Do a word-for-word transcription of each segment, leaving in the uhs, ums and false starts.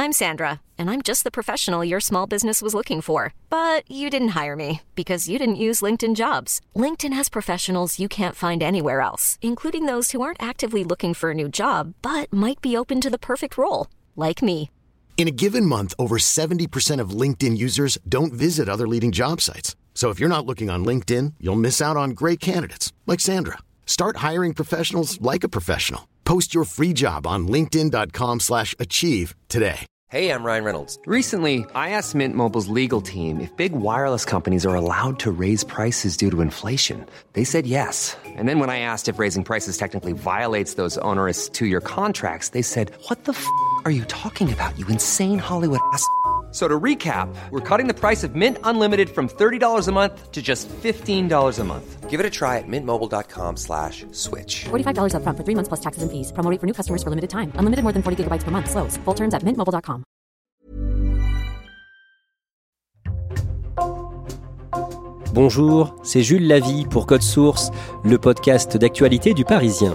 I'm Sandra, and I'm just the professional your small business was looking for. But you didn't hire me because you didn't use LinkedIn Jobs. LinkedIn has professionals you can't find anywhere else, including those who aren't actively looking for a new job, but might be open to the perfect role, like me. In a given month, over seventy percent of LinkedIn users don't visit other leading job sites. So if you're not looking on LinkedIn, you'll miss out on great candidates like Sandra. Start hiring professionals like a professional. Post your free job on linkedin.com slash achieve today. Hey, I'm Ryan Reynolds. Recently, I asked Mint Mobile's legal team if big wireless companies are allowed to raise prices due to inflation. They said yes. And then when I asked if raising prices technically violates those onerous two-year contracts, they said, what the f*** are you talking about, you insane Hollywood ass f- So to recap, we're cutting the price of Mint Unlimited from thirty dollars a month to just fifteen dollars a month. Give it a try at mintmobile.com slash switch. forty-five dollars up front for three months plus taxes and fees. Promo rate for new customers for limited time. Unlimited more than forty gigabytes per month. Slows full terms at mint mobile dot com. Bonjour, c'est Jules Lavie pour Code Source, le podcast d'actualité du Parisien.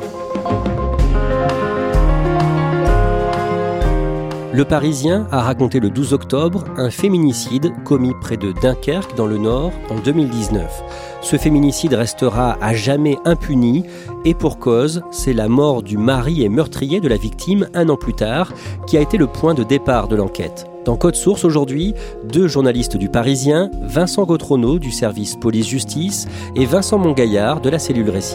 Le Parisien a raconté le douze octobre un féminicide commis près de Dunkerque dans le Nord en deux mille dix-neuf. Ce féminicide restera à jamais impuni et pour cause, c'est la mort du mari et meurtrier de la victime un an plus tard qui a été le point de départ de l'enquête. Dans Code Source aujourd'hui, deux journalistes du Parisien, Vincent Gautrono du service police-justice et Vincent Mongaillard de la cellule Récit.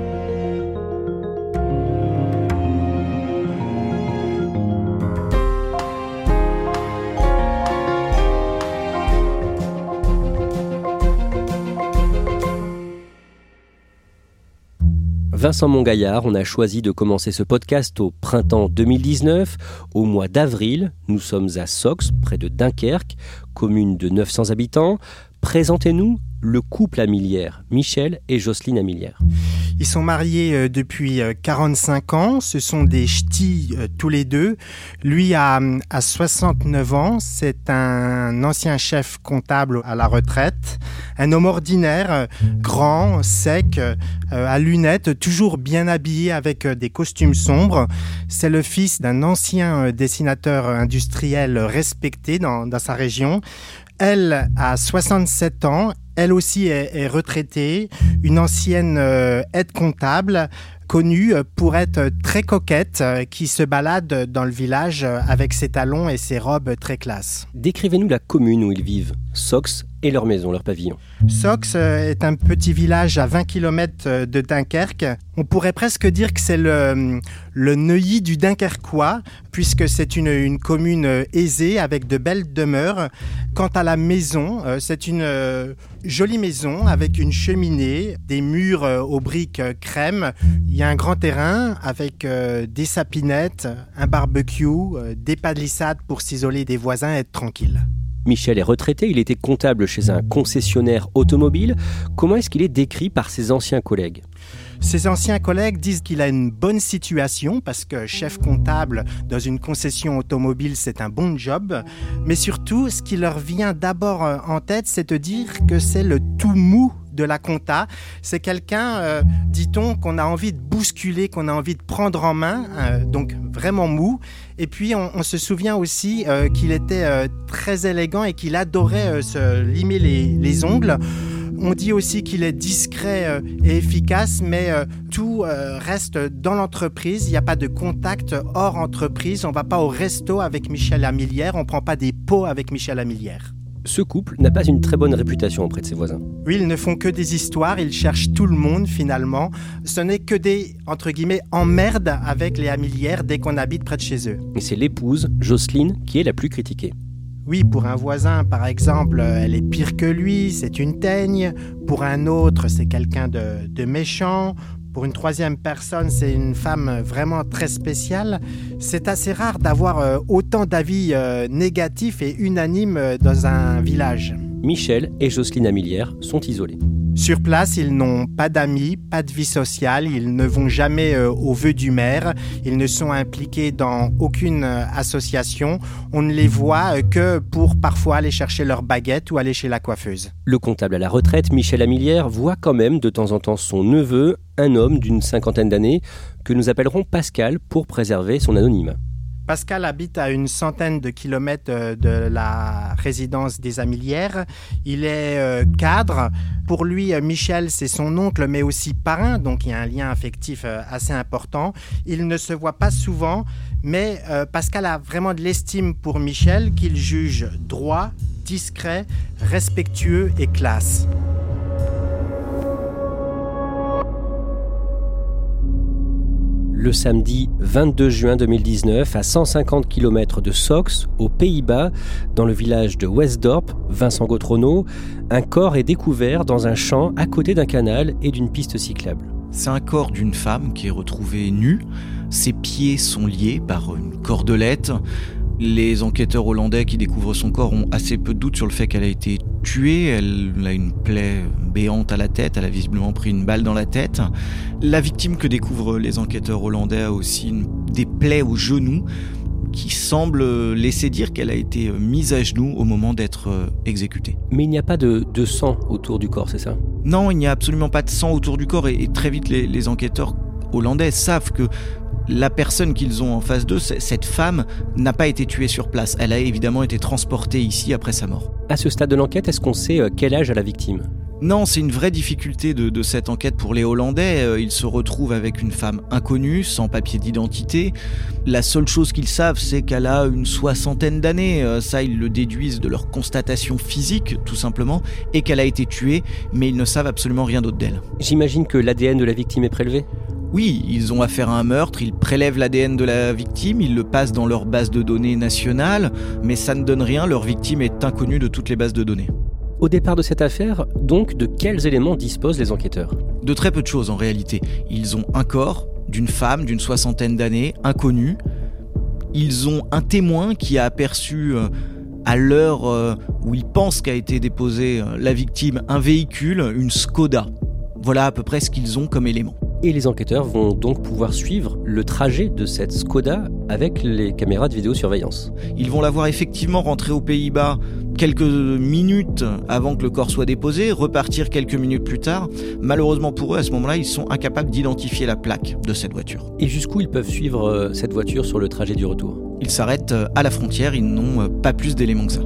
Vincent Mongaillard, on a choisi de commencer ce podcast au printemps deux mille dix-neuf. Au mois d'avril, nous sommes à Sox, près de Dunkerque, commune de neuf cents habitants. Présentez-nous le couple Amilière, Michel et Jocelyne Amilière. Ils sont mariés depuis quarante-cinq ans, ce sont des ch'tis tous les deux. Lui a, a soixante-neuf ans, c'est un ancien chef comptable à la retraite, un homme ordinaire, grand, sec, à lunettes, toujours bien habillé avec des costumes sombres. C'est le fils d'un ancien dessinateur industriel respecté dans, dans sa région. Elle a soixante-sept ans, elle aussi est, est retraitée, une ancienne euh, aide comptable connue pour être très coquette, euh, qui se balade dans le village avec ses talons et ses robes très classe. Décrivez-nous la commune où ils vivent, Sox et leur maison, leur pavillon. Sox est un petit village à vingt kilomètres de Dunkerque. On pourrait presque dire que c'est le, le Neuilly du Dunkerquois, puisque c'est une, une commune aisée avec de belles demeures. Quant à la maison, c'est une jolie maison avec une cheminée, des murs aux briques crème. Il y a un grand terrain avec des sapinettes, un barbecue, des palissades pour s'isoler des voisins et être tranquille. Michel est retraité, il était comptable chez un concessionnaire automobile. Comment est-ce qu'il est décrit par ses anciens collègues ? Ses anciens collègues disent qu'il a une bonne situation parce que chef comptable dans une concession automobile, c'est un bon job. Mais surtout, ce qui leur vient d'abord en tête, c'est de dire que c'est le tout mou de la compta. C'est quelqu'un, euh, dit-on, qu'on a envie de bousculer, qu'on a envie de prendre en main, euh, donc vraiment mou. Et puis, on, on se souvient aussi euh, qu'il était euh, très élégant et qu'il adorait euh, se limer les, les ongles. On dit aussi qu'il est discret euh, et efficace, mais euh, tout euh, reste dans l'entreprise. Il n'y a pas de contact hors entreprise. On ne va pas au resto avec Michel Amilière. On ne prend pas des pots avec Michel Amilière. Ce couple n'a pas une très bonne réputation auprès de ses voisins. Oui, ils ne font que des histoires, ils cherchent tout le monde finalement. Ce n'est que des, entre guillemets, emmerdes avec les Amilières dès qu'on habite près de chez eux. Et c'est l'épouse, Jocelyne, qui est la plus critiquée. Oui, pour un voisin, par exemple, elle est pire que lui, c'est une teigne. Pour un autre, c'est quelqu'un de, de méchant. Pour une troisième personne, c'est une femme vraiment très spéciale. C'est assez rare d'avoir autant d'avis négatifs et unanimes dans un village. Michel et Jocelyne Amilière sont isolés. Sur place, ils n'ont pas d'amis, pas de vie sociale, ils ne vont jamais euh, au vœu du maire, ils ne sont impliqués dans aucune euh, association, on ne les voit euh, que pour parfois aller chercher leur baguette ou aller chez la coiffeuse. Le comptable à la retraite, Michel Amilière, voit quand même de temps en temps son neveu, un homme d'une cinquantaine d'années, que nous appellerons Pascal pour préserver son anonymat. Pascal habite à une centaine de kilomètres de la résidence des Amilières. Il est cadre. Pour lui, Michel, c'est son oncle, mais aussi parrain, donc il y a un lien affectif assez important. Il ne se voit pas souvent, mais Pascal a vraiment de l'estime pour Michel, qu'il juge droit, discret, respectueux et classe. Le samedi vingt-deux juin deux mille dix-neuf, à cent cinquante kilomètres de Sox, aux Pays-Bas, dans le village de Westdorp, Vincent Gautrono, un corps est découvert dans un champ à côté d'un canal et d'une piste cyclable. C'est un corps d'une femme qui est retrouvée nue. Ses pieds sont liés par une cordelette. Les enquêteurs hollandais qui découvrent son corps ont assez peu de doute sur le fait qu'elle a été tuée. Elle a une plaie béante à la tête, elle a visiblement pris une balle dans la tête. La victime que découvrent les enquêteurs hollandais a aussi une, des plaies au genou qui semblent laisser dire qu'elle a été mise à genoux au moment d'être exécutée. Mais il n'y a pas de, de sang autour du corps, c'est ça ? Non, il n'y a absolument pas de sang autour du corps et, et très vite les, les enquêteurs hollandais savent que la personne qu'ils ont en face d'eux, cette femme, n'a pas été tuée sur place. Elle a évidemment été transportée ici après sa mort. À ce stade de l'enquête, est-ce qu'on sait quel âge a la victime ? Non, c'est une vraie difficulté de, de cette enquête pour les Hollandais. Ils se retrouvent avec une femme inconnue, sans papier d'identité. La seule chose qu'ils savent, c'est qu'elle a une soixantaine d'années. Ça, ils le déduisent de leur constatation physique, tout simplement, et qu'elle a été tuée, mais ils ne savent absolument rien d'autre d'elle. J'imagine que l'A D N de la victime est prélevé ? Oui, ils ont affaire à un meurtre, ils prélèvent l'A D N de la victime, ils le passent dans leur base de données nationale, mais ça ne donne rien, leur victime est inconnue de toutes les bases de données. Au départ de cette affaire, donc, de quels éléments disposent les enquêteurs ? De très peu de choses en réalité. Ils ont un corps d'une femme d'une soixantaine d'années, inconnue. Ils ont un témoin qui a aperçu, euh, à l'heure euh, où ils pensent qu'a été déposée euh, la victime, un véhicule, une Skoda. Voilà à peu près ce qu'ils ont comme élément. Et les enquêteurs vont donc pouvoir suivre le trajet de cette Skoda avec les caméras de vidéosurveillance. Ils vont la voir effectivement rentrer aux Pays-Bas quelques minutes avant que le corps soit déposé, repartir quelques minutes plus tard. Malheureusement pour eux, à ce moment-là, ils sont incapables d'identifier la plaque de cette voiture. Et jusqu'où ils peuvent suivre cette voiture sur le trajet du retour ? Ils s'arrêtent à la frontière, ils n'ont pas plus d'éléments que ça.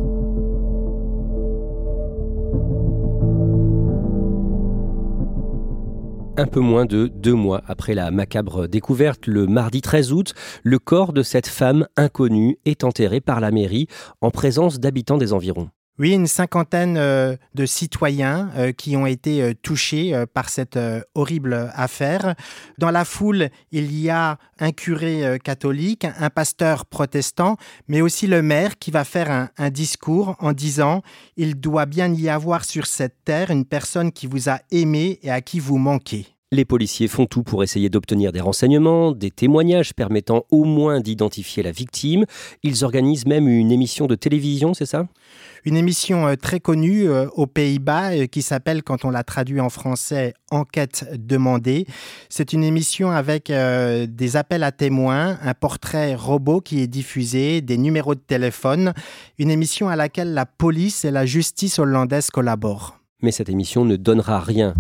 Un peu moins de deux mois après la macabre découverte, le mardi treize août, le corps de cette femme inconnue est enterré par la mairie en présence d'habitants des environs. Oui, une cinquantaine euh, de citoyens euh, qui ont été euh, touchés euh, par cette euh, horrible affaire. Dans la foule, il y a un curé euh, catholique, un pasteur protestant, mais aussi le maire qui va faire un, un discours en disant « Il doit bien y avoir sur cette terre une personne qui vous a aimé et à qui vous manquez ». Les policiers font tout pour essayer d'obtenir des renseignements, des témoignages permettant au moins d'identifier la victime. Ils organisent même une émission de télévision, c'est ça ? Une émission euh, très connue euh, aux Pays-Bas euh, qui s'appelle, quand on l'a traduit en français, « Enquête demandée ». C'est une émission avec euh, des appels à témoins, un portrait robot qui est diffusé, des numéros de téléphone. Une émission à laquelle la police et la justice hollandaise collaborent. Mais cette émission ne donnera rien.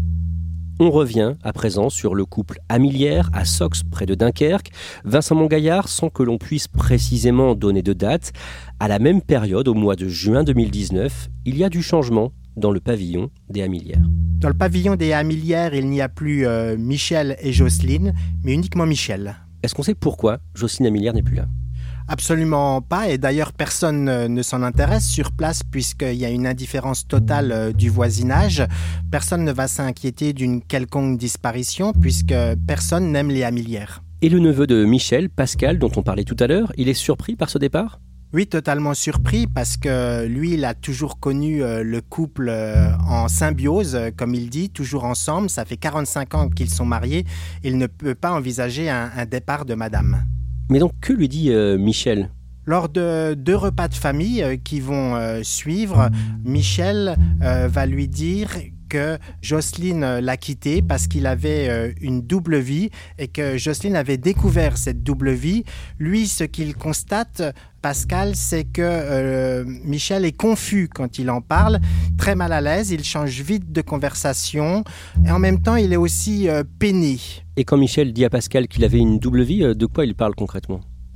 On revient à présent sur le couple Amilières à Sox, près de Dunkerque. Vincent Montgaillard, sans que l'on puisse précisément donner de date, à la même période, au mois de juin deux mille dix-neuf, il y a du changement dans le pavillon des Amilières. Dans le pavillon des Amilières, il n'y a plus euh, Michel et Jocelyne, mais uniquement Michel. Est-ce qu'on sait pourquoi Jocelyne Amilière n'est plus là ? Absolument pas, et d'ailleurs personne ne s'en intéresse sur place puisqu'il y a une indifférence totale du voisinage. Personne ne va s'inquiéter d'une quelconque disparition puisque personne n'aime les Amilières. Et le neveu de Michel, Pascal, dont on parlait tout à l'heure, il est surpris par ce départ ? Oui, totalement surpris parce que lui, il a toujours connu le couple en symbiose, comme il dit, toujours ensemble. Ça fait quarante-cinq ans qu'ils sont mariés. Il ne peut pas envisager un, un départ de madame. Mais donc, que lui dit euh, Michel ? Lors de deux repas de famille euh, qui vont euh, suivre, Michel euh, va lui dire que Jocelyne l'a quitté parce qu'il avait euh, une double vie et que Jocelyne avait découvert cette double vie. Lui, ce qu'il constate, Pascal, c'est que euh, Michel est confus quand il en parle, très mal à l'aise, il change vite de conversation et en même temps, il est aussi euh, peiné. Et quand Michel dit à Pascal qu'il avait une double vie, de quoi il parle concrètement ?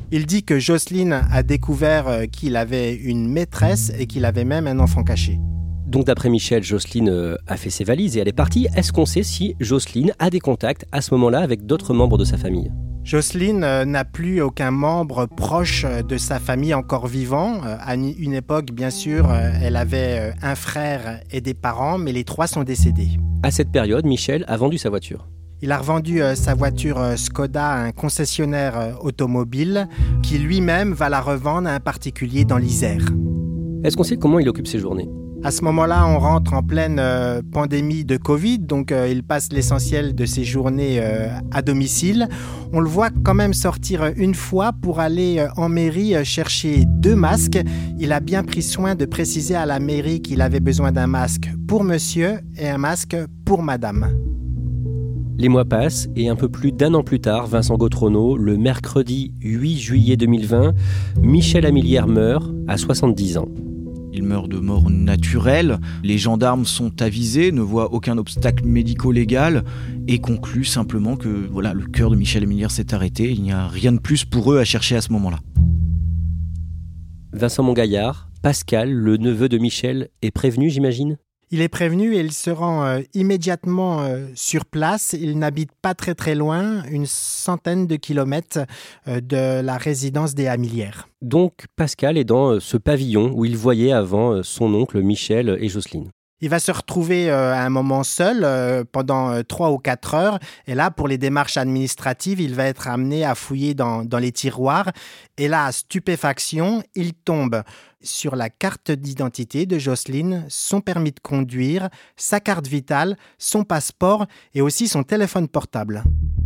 Il dit que Jocelyne a découvert qu'il avait une maîtresse et qu'il avait même un enfant caché. Donc d'après Michel, Jocelyne a fait ses valises et elle est partie. Est-ce qu'on sait si Jocelyne a des contacts à ce moment-là avec d'autres membres de sa famille ? Jocelyne n'a plus aucun membre proche de sa famille encore vivant. À une époque, bien sûr, elle avait un frère et des parents, mais les trois sont décédés. À cette période, Michel a vendu sa voiture. Il a revendu sa voiture Skoda à un concessionnaire automobile qui lui-même va la revendre à un particulier dans l'Isère. Est-ce qu'on sait comment il occupe ses journées ? À ce moment-là, on rentre en pleine euh, pandémie de Covid, donc euh, il passe l'essentiel de ses journées euh, à domicile. On le voit quand même sortir une fois pour aller euh, en mairie euh, chercher deux masques. Il a bien pris soin de préciser à la mairie qu'il avait besoin d'un masque pour monsieur et un masque pour madame. Les mois passent et un peu plus d'un an plus tard, Vincent Gautrono, le mercredi huit juillet deux mille vingt, Michel Amilière meurt à soixante-dix ans. Il meurt de mort naturelle, les gendarmes sont avisés, ne voient aucun obstacle médico-légal et concluent simplement que voilà, le cœur de Michel Amilière s'est arrêté, il n'y a rien de plus pour eux à chercher à ce moment-là. Vincent Mongaillard, Pascal, le neveu de Michel, est prévenu, j'imagine ? Il est prévenu et il se rend euh, immédiatement euh, sur place. Il n'habite pas très très loin, une centaine de kilomètres euh, de la résidence des Amilières. Donc Pascal est dans euh, ce pavillon où il voyait avant euh, son oncle Michel et Jocelyne. Il va se retrouver euh, à un moment seul euh, pendant euh, trois ou quatre heures. Et là, pour les démarches administratives, il va être amené à fouiller dans, dans les tiroirs. Et là, à stupéfaction, il tombe sur la carte d'identité de Jocelyne, son permis de conduire, sa carte vitale, son passeport et aussi son téléphone portable.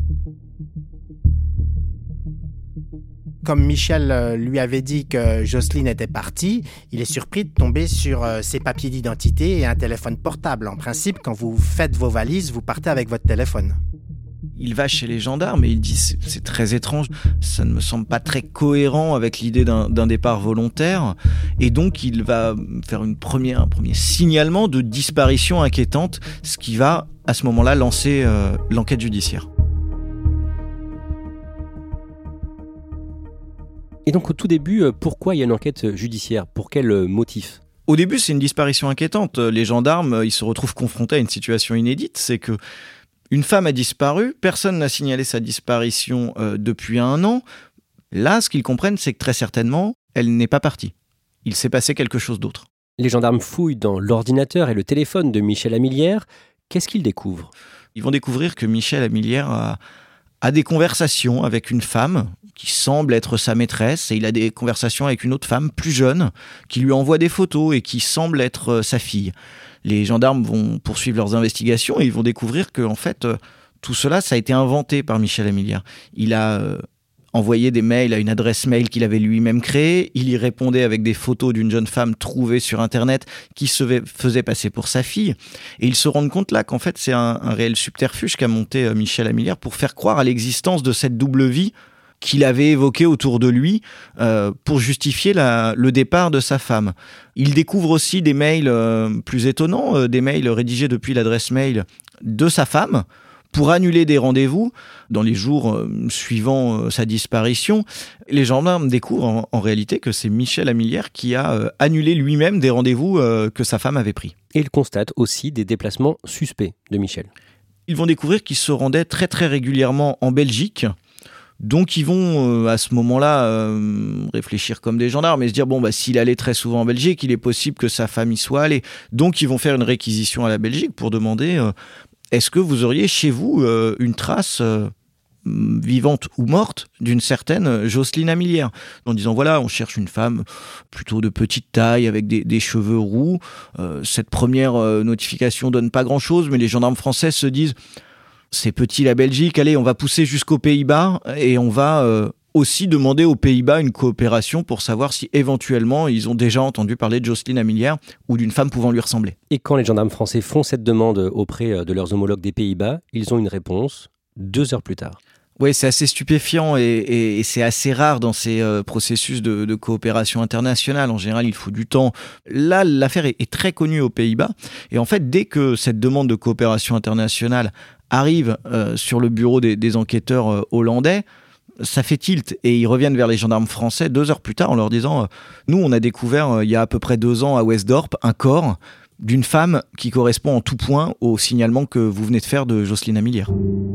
Comme Michel lui avait dit que Jocelyne était partie, il est surpris de tomber sur ses papiers d'identité et un téléphone portable. En principe, quand vous faites vos valises, vous partez avec votre téléphone. Il va chez les gendarmes et il dit c'est, c'est très étrange, ça ne me semble pas très cohérent avec l'idée d'un, d'un départ volontaire. Et donc il va faire une première, un premier signalement de disparition inquiétante, ce qui va à ce moment-là lancer euh, l'enquête judiciaire. Et donc au tout début, pourquoi il y a une enquête judiciaire ? Pour quel motif ? Au début, c'est une disparition inquiétante. Les gendarmes, ils se retrouvent confrontés à une situation inédite, c'est que une femme a disparu, personne n'a signalé sa disparition euh, depuis un an. Là, ce qu'ils comprennent, c'est que très certainement, elle n'est pas partie. Il s'est passé quelque chose d'autre. Les gendarmes fouillent dans l'ordinateur et le téléphone de Michel Amilière. Qu'est-ce qu'ils découvrent ? Ils vont découvrir que Michel Amilière a, a des conversations avec une femme qui semble être sa maîtresse, et il a des conversations avec une autre femme plus jeune qui lui envoie des photos et qui semble être sa fille. Les gendarmes vont poursuivre leurs investigations et ils vont découvrir que en fait, euh, tout cela, ça a été inventé par Michel Amilière. Il a euh, envoyé des mails à une adresse mail qu'il avait lui-même créée. Il y répondait avec des photos d'une jeune femme trouvée sur Internet qui se faisait passer pour sa fille. Et ils se rendent compte là qu'en fait, c'est un, un réel subterfuge qu'a monté euh, Michel Amilière pour faire croire à l'existence de cette double vie qu'il avait évoqué autour de lui euh, pour justifier la, le départ de sa femme. Il découvre aussi des mails euh, plus étonnants, euh, des mails rédigés depuis l'adresse mail de sa femme pour annuler des rendez-vous dans les jours euh, suivant euh, sa disparition. Les gendarmes découvrent en, en réalité que c'est Michel Amilière qui a euh, annulé lui-même des rendez-vous euh, que sa femme avait pris. Et ils constatent aussi des déplacements suspects de Michel. Ils vont découvrir qu'il se rendait très très régulièrement en Belgique. Donc ils vont euh, à ce moment-là euh, réfléchir comme des gendarmes et se dire bon bah s'il allait très souvent en Belgique, il est possible que sa femme y soit allée. Donc ils vont faire une réquisition à la Belgique pour demander euh, est-ce que vous auriez chez vous euh, une trace euh, vivante ou morte d'une certaine Jocelyne Amilière, en disant voilà on cherche une femme plutôt de petite taille avec des, des cheveux roux. Euh, cette première euh, notification donne pas grand-chose, mais les gendarmes français se disent c'est petit la Belgique, allez, on va pousser jusqu'aux Pays-Bas et on va euh, aussi demander aux Pays-Bas une coopération pour savoir si éventuellement ils ont déjà entendu parler de Jocelyne Amilière ou d'une femme pouvant lui ressembler. Et quand les gendarmes français font cette demande auprès de leurs homologues des Pays-Bas, ils ont une réponse deux heures plus tard. Oui, c'est assez stupéfiant et, et, et c'est assez rare dans ces euh, processus de, de coopération internationale. En général, il faut du temps. Là, l'affaire est, est très connue aux Pays-Bas. Et en fait, dès que cette demande de coopération internationale arrive euh, sur le bureau des, des enquêteurs euh, hollandais, ça fait tilt et ils reviennent vers les gendarmes français deux heures plus tard en leur disant euh, « Nous, on a découvert euh, il y a à peu près deux ans à Westdorp un corps d'une femme qui correspond en tout point au signalement que vous venez de faire de Jocelyne Amilière. »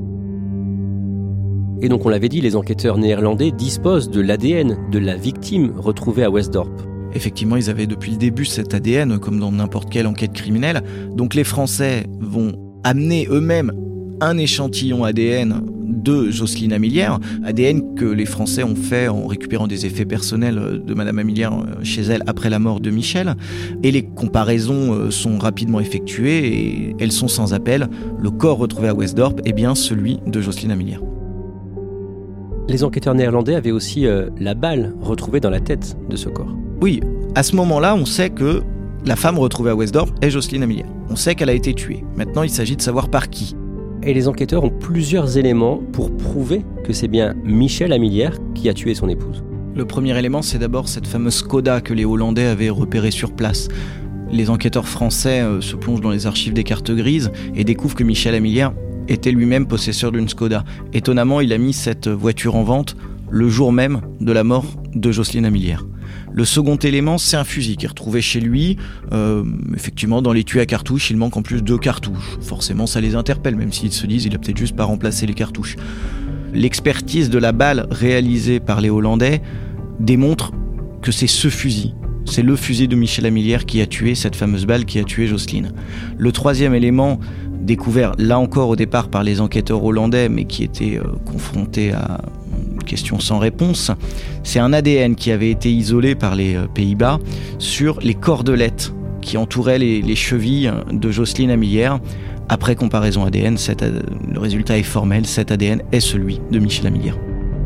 Et donc on l'avait dit, les enquêteurs néerlandais disposent de l'A D N de la victime retrouvée à Westdorp. Effectivement, ils avaient depuis le début cet A D N, comme dans n'importe quelle enquête criminelle. Donc les Français vont amener eux-mêmes un échantillon A D N de Jocelyne Amilière, A D N que les Français ont fait en récupérant des effets personnels de Madame Amilière chez elle après la mort de Michel. Et les comparaisons sont rapidement effectuées et elles sont sans appel. Le corps retrouvé à Westdorp est bien celui de Jocelyne Amilière. Les enquêteurs néerlandais avaient aussi euh, la balle retrouvée dans la tête de ce corps. Oui, à ce moment-là, on sait que la femme retrouvée à Westdorp est Jocelyne Amilière. On sait qu'elle a été tuée. Maintenant, il s'agit de savoir par qui. Et les enquêteurs ont plusieurs éléments pour prouver que c'est bien Michel Amilière qui a tué son épouse. Le premier élément, c'est d'abord cette fameuse Skoda que les Hollandais avaient repérée sur place. Les enquêteurs français euh, se plongent dans les archives des cartes grises et découvrent que Michel Amilière était lui-même possesseur d'une Skoda. Étonnamment, il a mis cette voiture en vente le jour même de la mort de Jocelyne Amilière. Le second élément, c'est un fusil qui est retrouvé chez lui. Euh, effectivement, dans l'étui à cartouches, il manque en plus deux cartouches. Forcément, ça les interpelle, même s'ils se disent qu'il a peut-être juste pas remplacé les cartouches. L'expertise de la balle réalisée par les Hollandais démontre que c'est ce fusil. C'est le fusil de Michel Amilière qui a tué cette fameuse balle qui a tué Jocelyne. Le troisième élément, découvert là encore au départ par les enquêteurs hollandais, mais qui était euh, confronté à une question sans réponse, c'est un A D N qui avait été isolé par les euh, Pays-Bas sur les cordelettes qui entouraient les, les chevilles de Jocelyne Amilière. Après comparaison A D N, cet, euh, le résultat est formel, cet A D N est celui de Michel Amilière.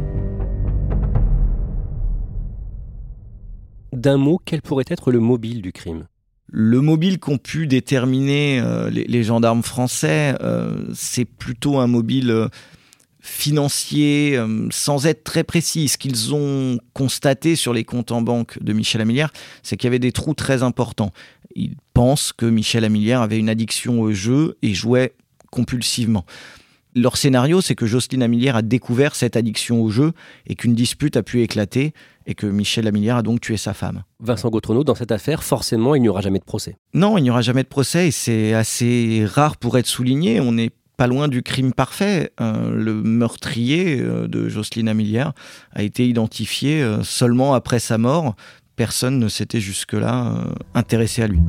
D'un mot, quel pourrait être le mobile du crime ? Le mobile qu'ont pu déterminer euh, les, les gendarmes français, euh, c'est plutôt un mobile euh, financier, euh, sans être très précis. Ce qu'ils ont constaté sur les comptes en banque de Michel Amilière, c'est qu'il y avait des trous très importants. Ils pensent que Michel Amilière avait une addiction au jeu et jouait compulsivement. Leur scénario, c'est que Jocelyne Amilière a découvert cette addiction au jeu et qu'une dispute a pu éclater et que Michel Amilière a donc tué sa femme. Vincent Gautrenaud, dans cette affaire, forcément, il n'y aura jamais de procès. Non, il n'y aura jamais de procès et c'est assez rare pour être souligné. On n'est pas loin du crime parfait. Euh, le meurtrier euh, de Jocelyne Amilière a été identifié euh, seulement après sa mort. Personne ne s'était jusque-là euh, intéressé à lui.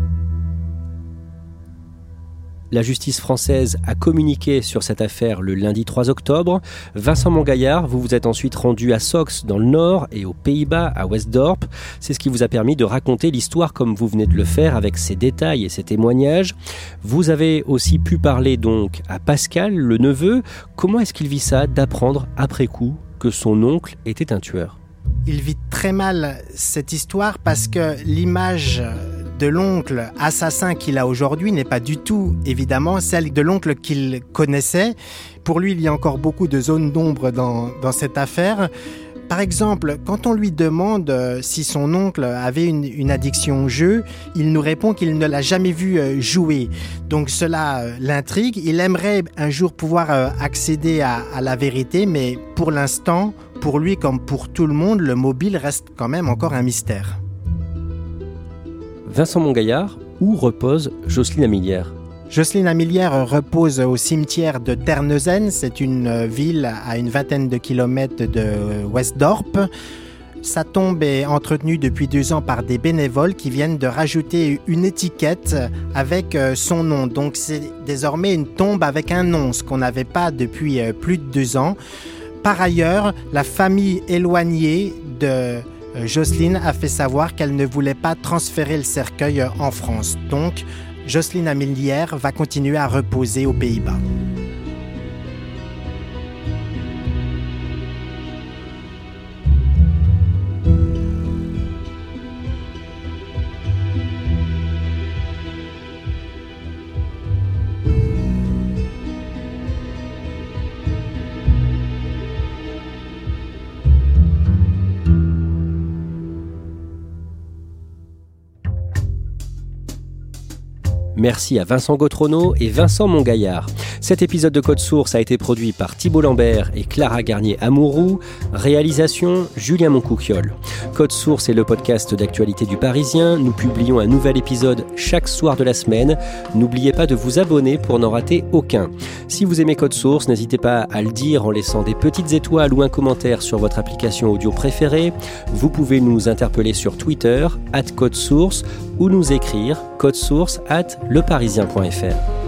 La justice française a communiqué sur cette affaire le lundi trois octobre. Vincent Montgaillard, vous vous êtes ensuite rendu à Sox dans le Nord et aux Pays-Bas à Westdorp. C'est ce qui vous a permis de raconter l'histoire comme vous venez de le faire avec ses détails et ses témoignages. Vous avez aussi pu parler donc à Pascal, le neveu. Comment est-ce qu'il vit ça d'apprendre après coup que son oncle était un tueur ? Il vit très mal cette histoire parce que l'image de l'oncle assassin qu'il a aujourd'hui n'est pas du tout, évidemment, celle de l'oncle qu'il connaissait. Pour lui, il y a encore beaucoup de zones d'ombre dans, dans cette affaire. Par exemple, quand on lui demande si son oncle avait une, une addiction au jeu, il nous répond qu'il ne l'a jamais vu jouer. Donc cela l'intrigue. Il aimerait un jour pouvoir accéder à, à la vérité, mais pour l'instant, pour lui comme pour tout le monde, le mobile reste quand même encore un mystère. Vincent Montgaillard, où repose Jocelyne Amilière ? Jocelyne Amilière repose au cimetière de Terneuzen. C'est une ville à une vingtaine de kilomètres de Westdorp. Sa tombe est entretenue depuis deux ans par des bénévoles qui viennent de rajouter une étiquette avec son nom. Donc c'est désormais une tombe avec un nom, ce qu'on n'avait pas depuis plus de deux ans. Par ailleurs, la famille éloignée de Jocelyne a fait savoir qu'elle ne voulait pas transférer le cercueil en France. Donc, Jocelyne Amilière va continuer à reposer aux Pays-Bas. Merci à Vincent Gautrono et Vincent Mongaillard. Cet épisode de Code Source a été produit par Thibault Lambert et Clara Garnier-Amouroux. Réalisation, Julien Moncouquiol. Code Source est le podcast d'actualité du Parisien. Nous publions un nouvel épisode chaque soir de la semaine. N'oubliez pas de vous abonner pour n'en rater aucun. Si vous aimez Code Source, n'hésitez pas à le dire en laissant des petites étoiles ou un commentaire sur votre application audio préférée. Vous pouvez nous interpeller sur Twitter, arobase Code Source, ou nous écrire codesource arobase leparisien point fr.